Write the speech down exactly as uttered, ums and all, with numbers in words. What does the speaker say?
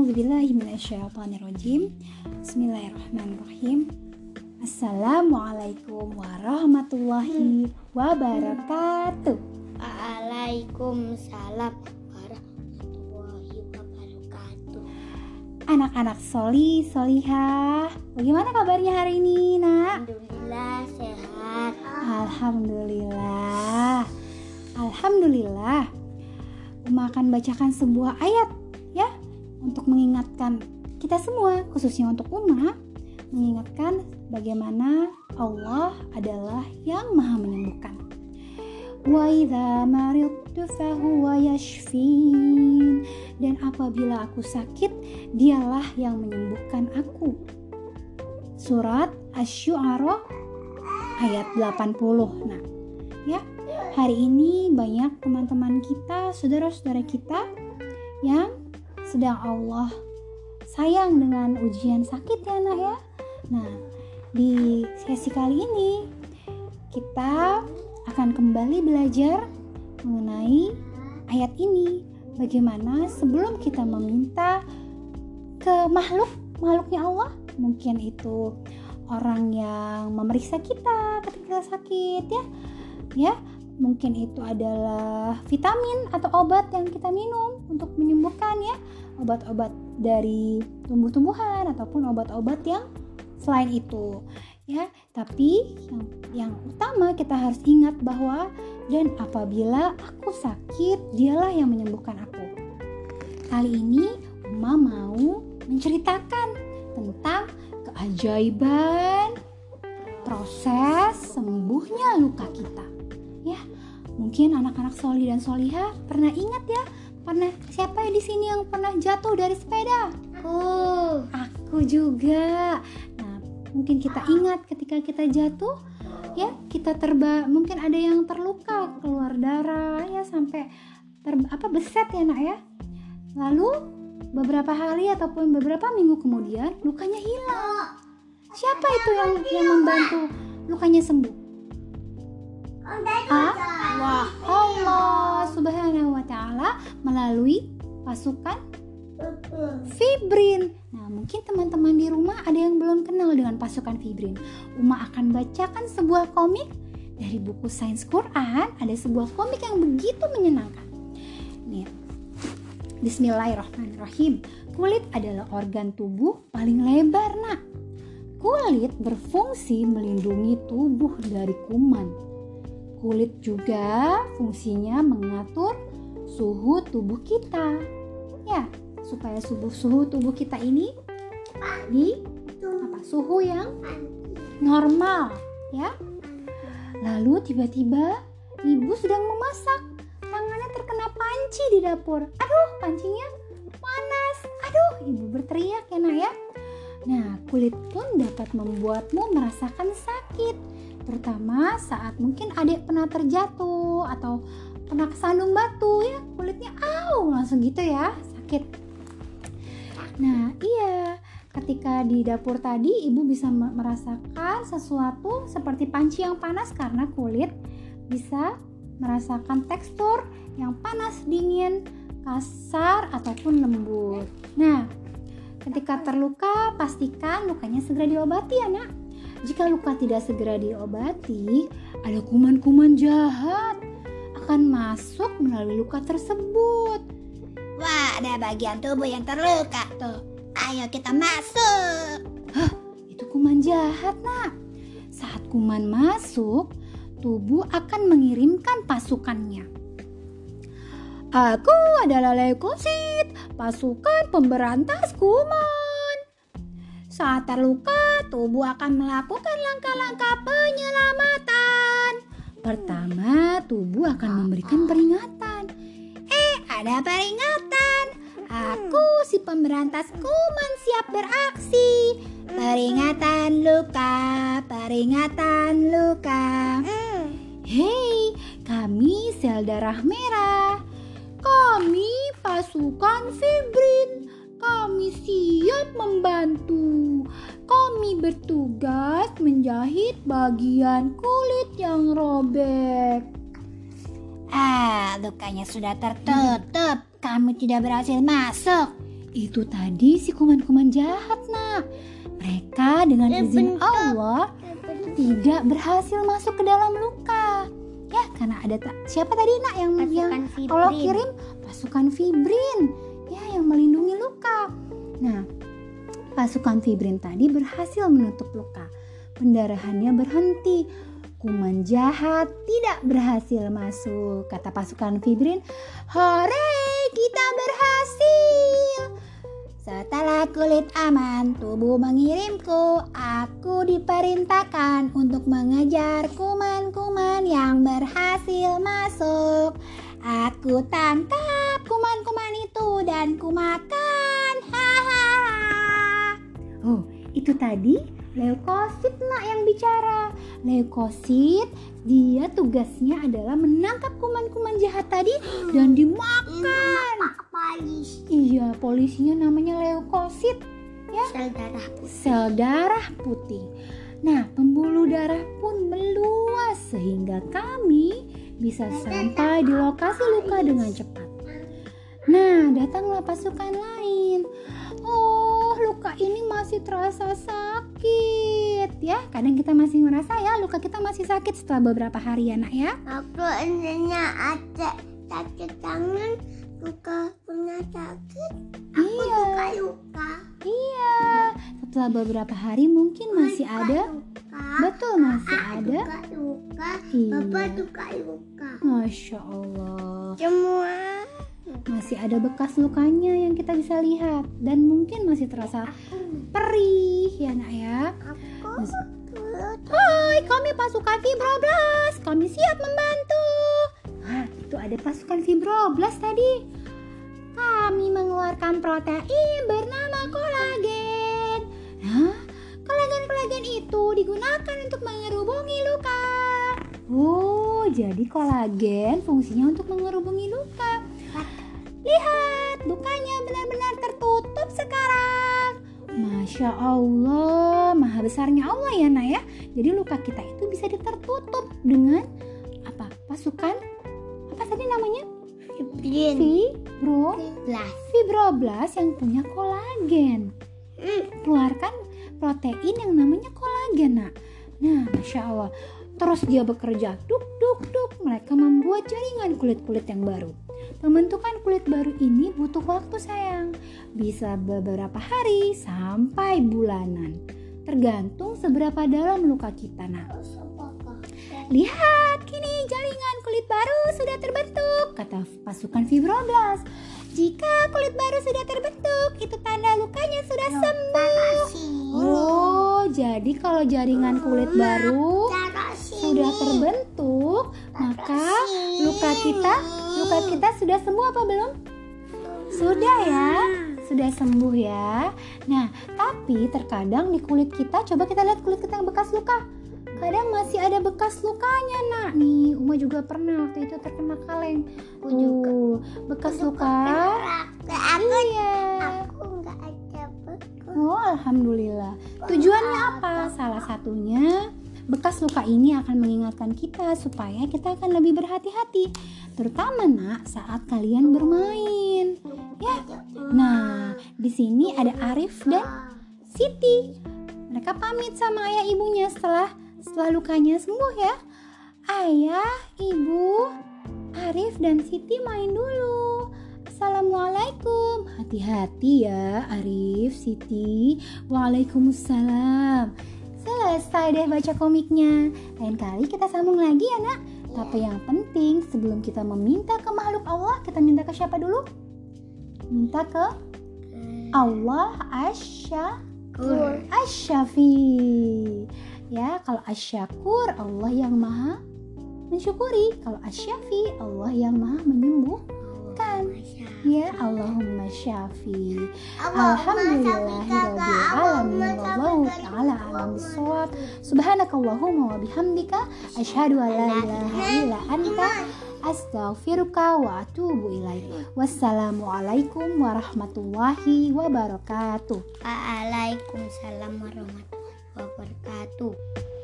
A'udzubillahi minasyaitonirrajim. Bismillahirrahmanirrahim. Assalamualaikum warahmatullahi wabarakatuh. Waalaikumsalam warahmatullahi wabarakatuh. Anak-anak soli, solihah, bagaimana kabarnya hari ini, nak? Alhamdulillah sehat. Alhamdulillah. Alhamdulillah. Uma akan bacakan sebuah ayat ya, untuk mengingatkan kita semua, khususnya untuk Uma, mengingatkan bagaimana Allah adalah yang Maha menyembuhkan. Wa idza maridtu fahuwa yashfin. Dan apabila aku sakit, dialah yang menyembuhkan aku. Surat Asy-Syu'ara ayat delapan puluh. Nah, ya, hari ini banyak teman-teman kita, saudara-saudara kita yang sedang Allah sayang dengan ujian sakit ya, nak ya. Nah, di sesi kali ini kita akan kembali belajar mengenai ayat ini. Bagaimana sebelum kita meminta ke makhluk, makhluknya Allah, mungkin itu orang yang memeriksa kita ketika kita sakit ya, ya, mungkin itu adalah vitamin atau obat yang kita minum untuk menyembuhkan ya, obat-obat dari tumbuh-tumbuhan ataupun obat-obat yang selain itu ya. Tapi yang yang utama kita harus ingat bahwa dan apabila aku sakit, dialah yang menyembuhkan aku. Kali ini Uma mau menceritakan tentang keajaiban proses sembuhnya luka kita ya. Mungkin anak-anak soli dan solihah pernah ingat ya, pernah siapa ya di sini yang pernah jatuh dari sepeda? Oh, Aku juga. Nah, mungkin kita ingat ketika kita jatuh ya, kita terba mungkin ada yang terluka, keluar darah ya, sampai ter apa beset ya, nak ya. Lalu beberapa hari ataupun beberapa minggu kemudian lukanya hilang. Siapa itu yang yang membantu lukanya sembuh? Ah, wah, Allah Subhanahu wa taala melalui pasukan Fibrin. Nah, mungkin teman-teman di rumah ada yang belum kenal dengan pasukan Fibrin. Uma akan bacakan sebuah komik dari buku Sains Quran. Ada sebuah komik yang begitu menyenangkan. Nih, Bismillahirrahmanirrahim. Kulit adalah organ tubuh paling lebar, nak. Kulit berfungsi melindungi tubuh dari kuman. Kulit juga fungsinya mengatur suhu tubuh kita. Ya, supaya suhu suhu tubuh kita ini di apa suhu yang normal ya. Lalu tiba-tiba ibu sedang memasak, tangannya terkena panci di dapur. Aduh, pancinya panas. Aduh, ibu berteriak ya, nak ya. Nah, kulit pun dapat membuatmu merasakan sakit, terutama saat mungkin adik pernah terjatuh atau pernah kesandung batu ya, kulitnya au langsung gitu ya, sakit. Nah, iya, ketika di dapur tadi ibu bisa merasakan sesuatu seperti panci yang panas karena kulit bisa merasakan tekstur yang panas, dingin, kasar ataupun lembut. Nah, ketika terluka pastikan lukanya segera diobati ya, nak. Jika luka tidak segera diobati, ada kuman-kuman jahat akan masuk melalui luka tersebut. wah, ada bagian tubuh yang terluka tuh. Ayo kita masuk. Hah, itu kuman jahat, nak. Saat kuman masuk, tubuh akan mengirimkan pasukannya. Aku adalah leukosit, pasukan pemberantas kuman. Saat terluka, tubuh akan melakukan langkah-langkah penyelamatan. Pertama, tubuh akan memberikan peringatan. Eh, ada peringatan. Aku si pemberantas kuman siap beraksi. Peringatan luka, peringatan luka. Hei, kami sel darah merah. Kami pasukan Fibrin. Kami siap membantu. Kami bertugas menjahit bagian kulit yang robek. Ah, lukanya sudah tertutup. Kami tidak berhasil masuk. Itu tadi si kuman-kuman jahat, Nak. Mereka dengan izin Allah tidak berhasil masuk ke dalam luka. Ya, karena ada ta- siapa tadi, Nak, yang yang Allah kirim pasukan Fibrin, ya, yang melindungi luka. Nah, pasukan Fibrin tadi berhasil menutup luka. Pendarahannya berhenti. Kuman jahat tidak berhasil masuk. Kata pasukan Fibrin, "Hore, kita berhasil! Setelah kulit aman, tubuh mengirimku. Aku diperintahkan untuk mengejar kuman-kuman yang berhasil masuk. Aku tangkap kuman-kuman itu dan kumakan. Hahaha." Oh, itu tadi leukosit, Nak, yang bicara. Leukosit, dia tugasnya adalah menangkap kuman-kuman jahat tadi dan dimakan. Polis. Iya, polisinya namanya leukosit, ya. Sel darah putih. Sel darah putih. Nah, pembuluh darah pun meluas sehingga kami bisa sampai di lokasi luka dengan cepat. Nah, datanglah pasukan lain. Oh, luka ini masih terasa sakit, ya. Kadang kita masih merasa ya luka kita masih sakit setelah beberapa hari, ya, Nak, ya. Aku intinya ada sakit tangan, luka punya sakit. Aku Iya. suka luka. Iya, setelah beberapa hari mungkin masih ada. Betul, masih ada. Luka luka. Iya. Bapak suka luka. Masya Allah. Semua. Masih ada bekas lukanya yang kita bisa lihat dan mungkin masih terasa perih, ya, Nak, ya. Aku Mas- turut. Hai, kami pasukan Fibroblast. Kami siap membantu. Wah, itu ada pasukan Fibroblast tadi. Kami mengeluarkan protein bernama kolagen. Hah? Kolagen-kolagen itu digunakan untuk mengerubungi luka. Oh, jadi kolagen fungsinya untuk mengerubungi luka. Lihat, lukanya benar-benar tertutup sekarang. Masya Allah, maha besarnya Allah, ya, Nak, ya. Jadi luka kita itu bisa tertutup dengan apa? Pasukan apa tadi namanya? Fibrin. Fibroblast. Fibroblast yang punya kolagen. Keluarkan protein yang namanya kolagen, Nak. Nah, Masya Allah. Terus dia bekerja, duk duk duk. Mereka membuat jaringan kulit-kulit yang baru. Pembentukan kulit baru ini butuh waktu, sayang. Bisa beberapa hari sampai bulanan. Tergantung seberapa dalam luka kita, Nak. Lihat, kini jaringan kulit baru sudah terbentuk, kata pasukan Fibroblast. Jika kulit baru sudah terbentuk, itu tanda lukanya sudah sembuh. Oh, jadi kalau jaringan kulit baru sudah terbentuk, maka luka kita, luka kita sudah sembuh apa belum? Sudah, ya, sudah sembuh, ya. Nah, tapi terkadang di kulit kita, coba kita lihat kulit kita yang bekas luka. Kadang masih ada bekas lukanya, Nak. Nih, Uma juga pernah waktu itu terkena kaleng. Aku juga. Tuh, bekas luka. Aku Iya. aku nggak ada bekas. Oh, alhamdulillah. Tujuannya apa? Salah satunya, bekas luka ini akan mengingatkan kita supaya kita akan lebih berhati-hati, terutama, Nak, saat kalian bermain. Ya. Nah, di sini ada Arif dan Siti. Mereka pamit sama ayah ibunya setelah setelah lukanya sembuh, ya. Ayah, ibu, Arif dan Siti main dulu. Assalamualaikum. Hati-hati ya, Arif, Siti. Waalaikumsalam. Selesai deh baca komiknya. Lain kali kita sambung lagi, ya, Nak. Tapi yang penting, sebelum kita meminta ke makhluk Allah, kita minta ke siapa dulu? Minta ke Allah Asy-Syakur, Asy-Syafi. Ya, kalau Asy-Syakur, Allah yang maha mensyukuri. Kalau Asy-Syafi, Allah yang maha menyembuhkan. Ya, Allahumma syafi. Alhamdulillahirabbil alamin. Wallahu ta'ala a'lam bissawab. Subhanakallahumma wa bihamdika asyhadu an la ilaha illa anta astaghfiruka wa atubu ilaik. Wassalamualaikum warahmatullahi wabarakatuh. Waalaikumsalam warahmatullahi wabarakatuh.